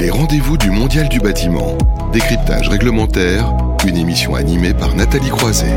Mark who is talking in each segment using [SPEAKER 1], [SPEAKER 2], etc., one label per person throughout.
[SPEAKER 1] Les rendez-vous du Mondial du bâtiment. Décryptage réglementaire, une émission animée par Nathalie Croiset.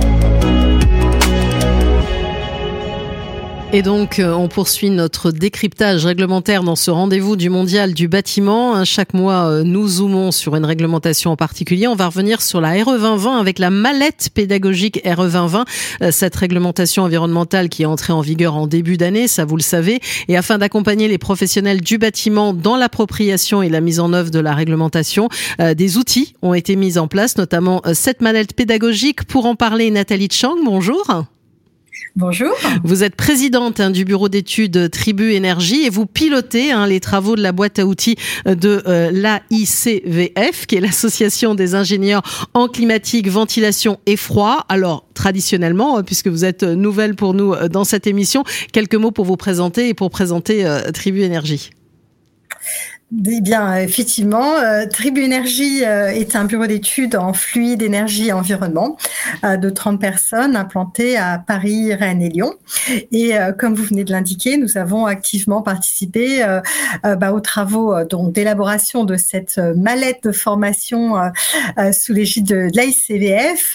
[SPEAKER 2] Et donc, on poursuit notre décryptage réglementaire dans ce rendez-vous du Mondial du bâtiment. Chaque mois, nous zoomons sur une réglementation en particulier. On va revenir sur la RE 2020 avec la mallette pédagogique RE 2020. Cette réglementation environnementale qui est entrée en vigueur en début d'année, ça vous le savez. Et afin d'accompagner les professionnels du bâtiment dans l'appropriation et la mise en œuvre de la réglementation, des outils ont été mis en place, notamment cette mallette pédagogique. Pour en parler, Nathalie Chang, bonjour.
[SPEAKER 3] Bonjour.
[SPEAKER 2] Vous êtes présidente du bureau d'études Tribu Énergie et vous pilotez les travaux de la boîte à outils de l'AICVF, qui est l'association des ingénieurs en climatique, ventilation et froid. Alors, traditionnellement, puisque vous êtes nouvelle pour nous dans cette émission, quelques mots pour vous présenter et pour présenter Tribu Énergie.
[SPEAKER 3] Eh bien, effectivement, Tribu Énergie est un bureau d'études en fluide, énergie et environnement de 30 personnes implantées à Paris, Rennes et Lyon. Et comme vous venez de l'indiquer, nous avons activement participé aux travaux d'élaboration de cette mallette de formation sous l'égide de l'AICVF,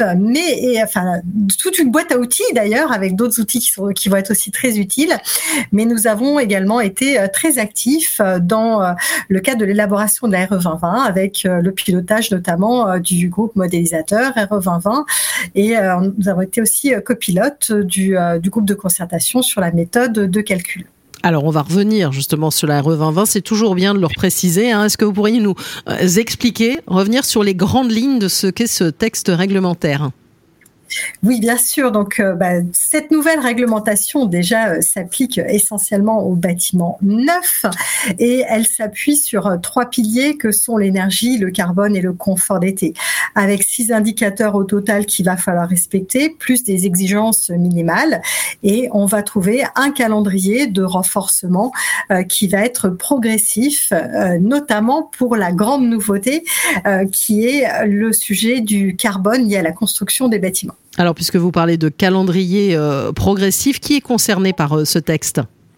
[SPEAKER 3] toute une boîte à outils d'ailleurs, avec d'autres outils qui vont être aussi très utiles. Mais nous avons également été très actifs dans le cadre de l'élaboration de la RE 2020 avec le pilotage notamment du groupe modélisateur RE 2020 et nous avons été aussi copilotes du groupe de concertation sur la méthode de calcul.
[SPEAKER 2] Alors, on va revenir justement sur la RE 2020. C'est toujours bien de le repréciser. Est-ce que vous pourriez nous expliquer, revenir sur les grandes lignes de ce qu'est ce texte réglementaire ?
[SPEAKER 3] Oui, bien sûr. Donc, cette nouvelle réglementation déjà s'applique essentiellement aux bâtiments neufs et elle s'appuie sur 3 piliers que sont l'énergie, le carbone et le confort d'été, avec 6 indicateurs au total qu'il va falloir respecter, plus des exigences minimales. Et on va trouver un calendrier de renforcement qui va être progressif, notamment pour la grande nouveauté qui est le sujet du carbone lié à la construction des bâtiments.
[SPEAKER 2] Alors, puisque vous parlez de calendrier progressif, qui est concerné par ce texte ?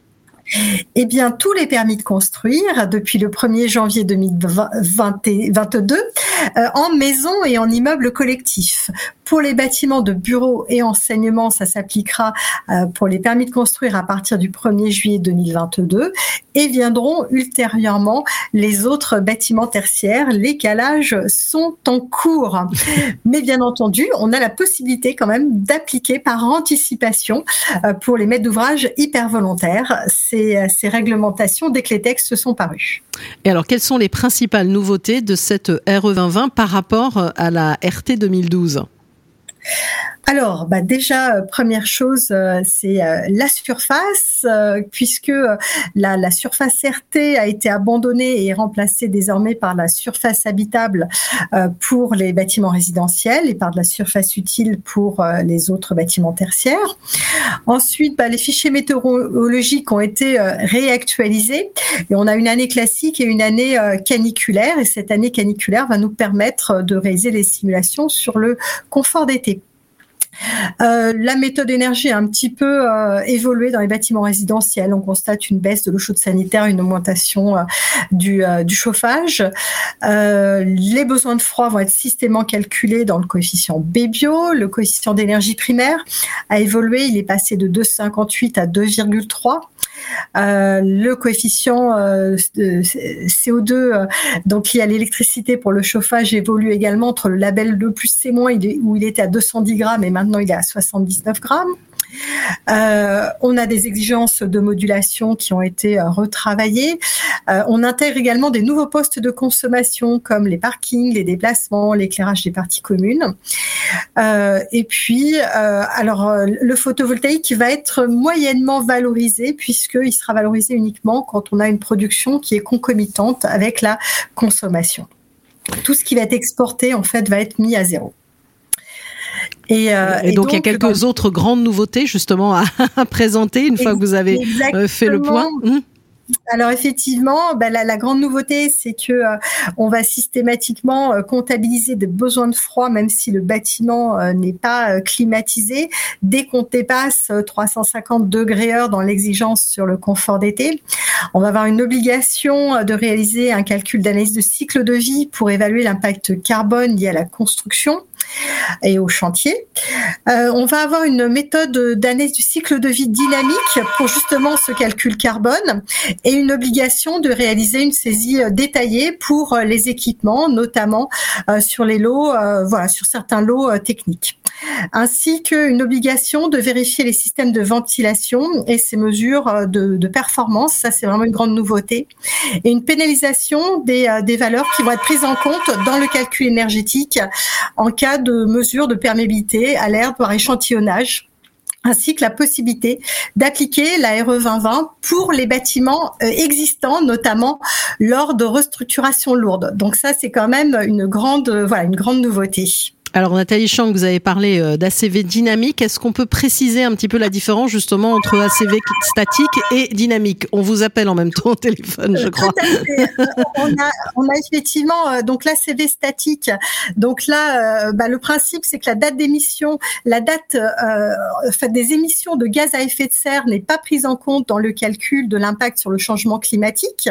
[SPEAKER 3] Eh bien, tous les permis de construire depuis le 1er janvier 2022 en maison et en immeuble collectif. Pour les bâtiments de bureaux et enseignement, ça s'appliquera pour les permis de construire à partir du 1er juillet 2022 et viendront ultérieurement les autres bâtiments tertiaires. Les calages sont en cours. Mais bien entendu, on a la possibilité quand même d'appliquer par anticipation pour les maîtres d'ouvrage hyper volontaires ces réglementations dès que les textes sont parus.
[SPEAKER 2] Et alors, quelles sont les principales nouveautés de cette RE 2020 par rapport à la RT 2012 ?
[SPEAKER 3] Alors, déjà, première chose, c'est la surface, puisque la surface RT a été abandonnée et remplacée désormais par la surface habitable pour les bâtiments résidentiels et par de la surface utile pour les autres bâtiments tertiaires. Ensuite, les fichiers météorologiques ont été réactualisés et on a une année classique et une année caniculaire. Et cette année caniculaire va nous permettre de réaliser les simulations sur le confort d'été. La méthode énergie a un petit peu évolué dans les bâtiments résidentiels. On constate une baisse de l'eau chaude sanitaire, une augmentation du chauffage. Les besoins de froid vont être systématiquement calculés dans le coefficient B-bio. Le coefficient d'énergie primaire a évolué, il est passé de 2,58 à 2,3. Le coefficient de CO2 donc lié à l'électricité pour le chauffage évolue également entre le label E+, C-, où il était à 210 grammes et maintenant il est à 79 grammes. On a des exigences de modulation qui ont été retravaillées. On intègre également des nouveaux postes de consommation comme les parkings, les déplacements, l'éclairage des parties communes. Et puis, le photovoltaïque va être moyennement valorisé puisqu'il sera valorisé uniquement quand on a une production qui est concomitante avec la consommation. Tout ce qui va être exporté, en fait, va être mis à zéro.
[SPEAKER 2] Et donc, il y a quelques autres grandes nouveautés justement à présenter une fois que vous avez fait le point.
[SPEAKER 3] Alors effectivement, la grande nouveauté, c'est que on va systématiquement comptabiliser des besoins de froid, même si le bâtiment n'est pas climatisé, dès qu'on dépasse 350 degrés heure dans l'exigence sur le confort d'été. On va avoir une obligation de réaliser un calcul d'analyse de cycle de vie pour évaluer l'impact carbone lié à la construction et au chantier. On va avoir une méthode d'analyse du cycle de vie dynamique pour justement ce calcul carbone et une obligation de réaliser une saisie détaillée pour les équipements, notamment sur les lots, sur certains lots techniques. Ainsi qu'une obligation de vérifier les systèmes de ventilation et ces mesures de performance. Ça, c'est vraiment une grande nouveauté. Et une pénalisation des valeurs qui vont être prises en compte dans le calcul énergétique en cas de mesures de perméabilité à l'air par échantillonnage, ainsi que la possibilité d'appliquer la RE 2020 pour les bâtiments existants, notamment lors de restructurations lourdes. Donc ça, c'est quand même une grande nouveauté.
[SPEAKER 2] Alors Nathalie Chang, vous avez parlé d'ACV dynamique. Est-ce qu'on peut préciser un petit peu la différence justement entre ACV statique et dynamique? On vous appelle en même temps au téléphone, je crois.
[SPEAKER 3] Tout à fait. On a effectivement donc l'ACV statique. Donc là, le principe, c'est que la date d'émission, des émissions de gaz à effet de serre n'est pas prise en compte dans le calcul de l'impact sur le changement climatique.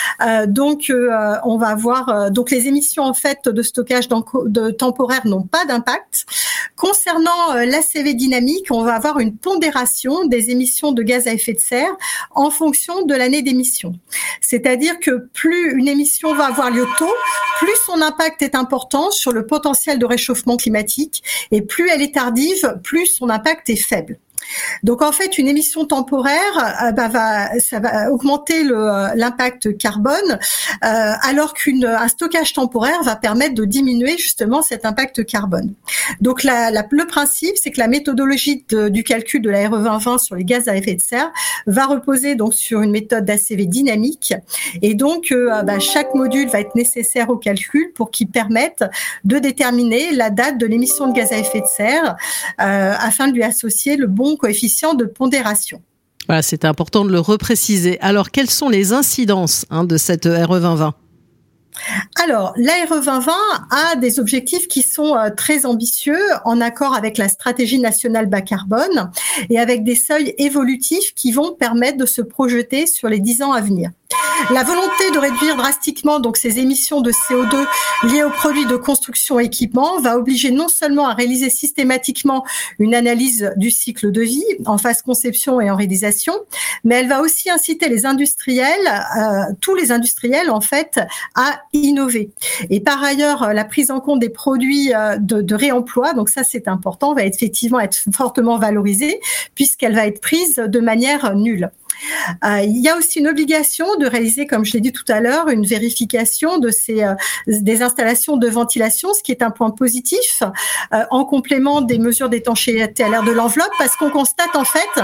[SPEAKER 3] On va avoir donc les émissions en fait de stockage temporaire n'ont pas d'impact. Concernant l'ACV dynamique, on va avoir une pondération des émissions de gaz à effet de serre en fonction de l'année d'émission. C'est-à-dire que plus une émission va avoir lieu tôt, plus son impact est important sur le potentiel de réchauffement climatique et plus elle est tardive, plus son impact est faible. Donc en fait, une émission temporaire ça va augmenter l'impact carbone, alors qu'un stockage temporaire va permettre de diminuer justement cet impact carbone. Donc le principe, c'est que la méthodologie du calcul de la RE 2020 sur les gaz à effet de serre va reposer donc sur une méthode d'ACV dynamique, et donc chaque module va être nécessaire au calcul pour qu'il permette de déterminer la date de l'émission de gaz à effet de serre afin de lui associer le bon coefficient de pondération.
[SPEAKER 2] Voilà, c'était important de le repréciser. Alors, quelles sont les incidences de cette RE 2020 ?
[SPEAKER 3] Alors, la RE 2020 a des objectifs qui sont très ambitieux, en accord avec la stratégie nationale bas carbone et avec des seuils évolutifs qui vont permettre de se projeter sur les 10 ans à venir. La volonté de réduire drastiquement donc ces émissions de CO2 liées aux produits de construction et équipement va obliger non seulement à réaliser systématiquement une analyse du cycle de vie en phase conception et en réalisation, mais elle va aussi inciter les industriels, tous les industriels en fait, à innover. Et par ailleurs, la prise en compte des produits de réemploi, donc ça c'est important, va effectivement être fortement valorisée puisqu'elle va être prise de manière nulle. Il y a aussi une obligation de réaliser, comme je l'ai dit tout à l'heure, une vérification des installations de ventilation, ce qui est un point positif, en complément des mesures d'étanchéité à l'air de l'enveloppe, parce qu'on constate en fait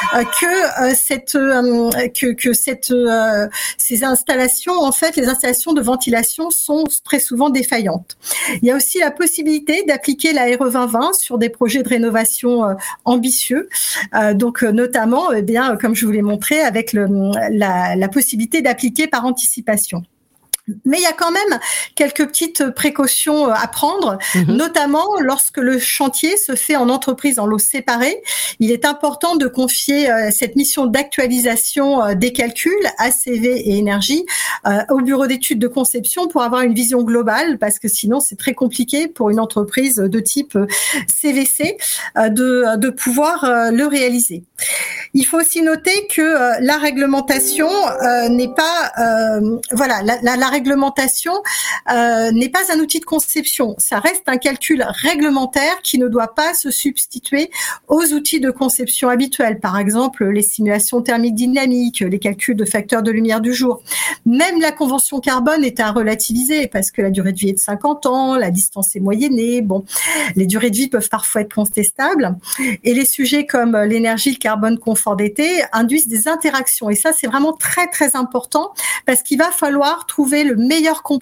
[SPEAKER 3] ces installations, en fait, les installations de ventilation sont très souvent défaillantes. Il y a aussi la possibilité d'appliquer la RE 2020 sur des projets de rénovation ambitieux, donc notamment, comme je vous l'ai montré, avec la possibilité d'appliquer par anticipation. Mais il y a quand même quelques petites précautions à prendre, notamment lorsque le chantier se fait en entreprise en lots séparés. Il est important de confier cette mission d'actualisation des calculs ACV et énergie au bureau d'études de conception pour avoir une vision globale, parce que sinon c'est très compliqué pour une entreprise de type CVC de pouvoir le réaliser. Il faut aussi noter que la réglementation n'est pas la réglementation n'est pas un outil de conception. Ça reste un calcul réglementaire qui ne doit pas se substituer aux outils de conception habituels. Par exemple, les simulations thermiques dynamiques, les calculs de facteurs de lumière du jour. Même la convention carbone est à relativiser parce que la durée de vie est de 50 ans, la distance est moyennée. Bon, les durées de vie peuvent parfois être contestables. Et les sujets comme l'énergie, le carbone, confort d'été induisent des interactions. Et ça, c'est vraiment très, très important parce qu'il va falloir trouver le meilleur compromis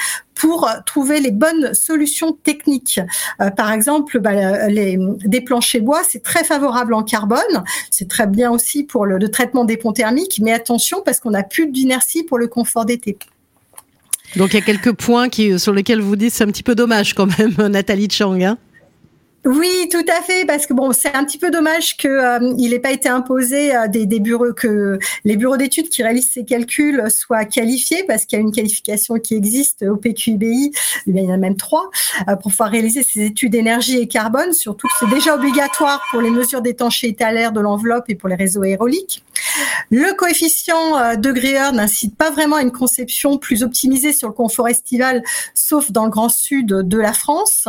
[SPEAKER 3] pour trouver les bonnes solutions techniques. Par exemple, des planchers bois, c'est très favorable en carbone. C'est très bien aussi pour le traitement des ponts thermiques, mais attention parce qu'on n'a plus d'inertie pour le confort d'été.
[SPEAKER 2] Donc il y a quelques points sur lesquels vous dites c'est un petit peu dommage quand même, Nathalie Chang, hein.
[SPEAKER 3] Oui, tout à fait, parce que c'est un petit peu dommage que il n'ait pas été imposé des bureaux, que les bureaux d'études qui réalisent ces calculs soient qualifiés, parce qu'il y a une qualification qui existe au PQIBI, il y en a même 3 pour pouvoir réaliser ces études énergie et carbone, surtout que c'est déjà obligatoire pour les mesures d'étanchéité à l'air de l'enveloppe et pour les réseaux aérauliques. Le coefficient degré heure n'incite pas vraiment à une conception plus optimisée sur le confort estival, sauf dans le grand sud de la France.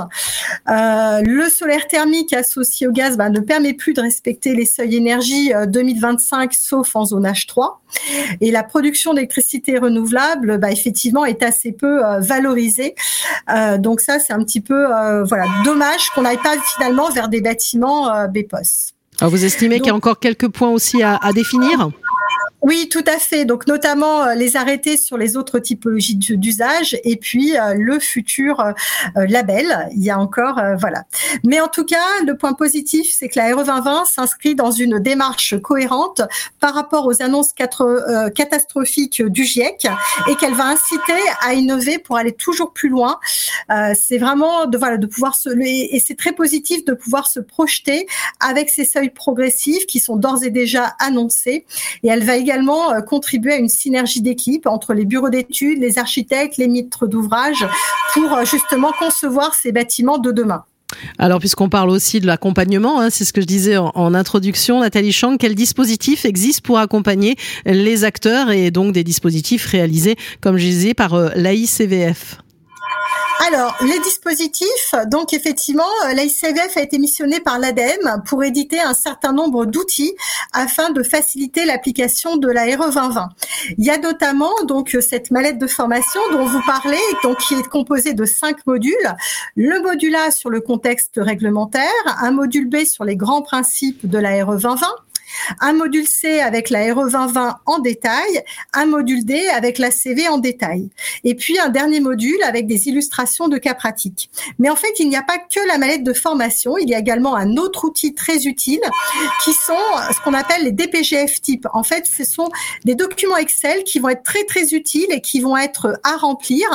[SPEAKER 3] Le solaire thermique associé au gaz ne permet plus de respecter les seuils énergie 2025, sauf en zone H3. Et la production d'électricité renouvelable, effectivement, est assez peu valorisée. Donc ça, c'est un petit peu dommage qu'on n'aille pas finalement vers des bâtiments BEPOS.
[SPEAKER 2] Alors vous estimez qu'il y a encore quelques points aussi à définir ?
[SPEAKER 3] Oui, tout à fait. Donc, notamment les arrêtés sur les autres typologies d'usage et puis le futur label. Il y a encore, Mais en tout cas, le point positif, c'est que la RE 2020 s'inscrit dans une démarche cohérente par rapport aux annonces catastrophiques du GIEC et qu'elle va inciter à innover pour aller toujours plus loin. C'est vraiment de pouvoir et c'est très positif de pouvoir se projeter avec ces seuils progressifs qui sont d'ores et déjà annoncés. Et elle va également contribuer à une synergie d'équipe entre les bureaux d'études, les architectes, les maîtres d'ouvrage pour justement concevoir ces bâtiments de demain.
[SPEAKER 2] Alors, puisqu'on parle aussi de l'accompagnement, c'est ce que je disais en introduction, Nathalie Chang, quel dispositif existe pour accompagner les acteurs et donc des dispositifs réalisés, comme je disais, par l'AICVF ?
[SPEAKER 3] Alors, les dispositifs, donc effectivement, l'AICVF a été missionné par l'ADEME pour éditer un certain nombre d'outils afin de faciliter l'application de la RE 2020. Il y a notamment donc cette mallette de formation dont vous parlez, donc qui est composée de 5 modules. Le module A sur le contexte réglementaire, un module B sur les grands principes de la RE 2020, un module C avec la RE 2020 en détail, un module D avec la CV en détail, et puis un dernier module avec des illustrations de cas pratiques. Mais en fait, il n'y a pas que la mallette de formation, il y a également un autre outil très utile qui sont ce qu'on appelle les DPGF types. En fait, ce sont des documents Excel qui vont être très très utiles et qui vont être à remplir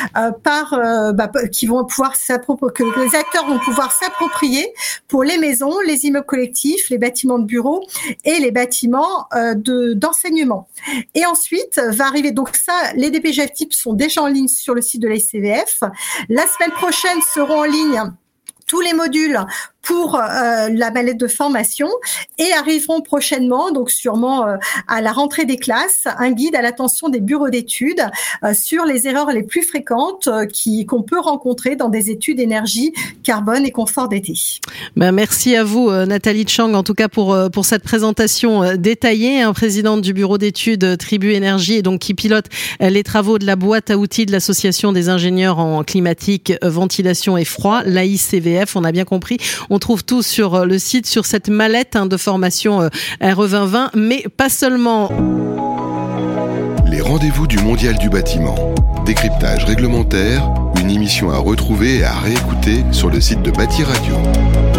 [SPEAKER 3] qui vont pouvoir que les acteurs vont pouvoir s'approprier pour les maisons, les immeubles collectifs, les bâtiments de bureaux et les bâtiments d'enseignement. Et ensuite va arriver, donc ça, les DPGF types sont déjà en ligne sur le site de l'AICVF. La semaine prochaine seront en ligne tous les modules pour la mallette de formation et arriveront prochainement, donc sûrement à la rentrée des classes, un guide à l'attention des bureaux d'études sur les erreurs les plus fréquentes qu'on peut rencontrer dans des études énergie, carbone et confort d'été.
[SPEAKER 2] Merci à vous, Nathalie Chang, en tout cas pour cette présentation détaillée, présidente du bureau d'études Tribu Énergie et donc qui pilote les travaux de la boîte à outils de l'association des ingénieurs en climatique, ventilation et froid, l'AICVF. On a bien compris. On trouve tout sur le site, sur cette mallette de formation RE 2020, mais pas seulement.
[SPEAKER 1] Les rendez-vous du Mondial du bâtiment. Décryptage réglementaire, une émission à retrouver et à réécouter sur le site de Bâti Radio.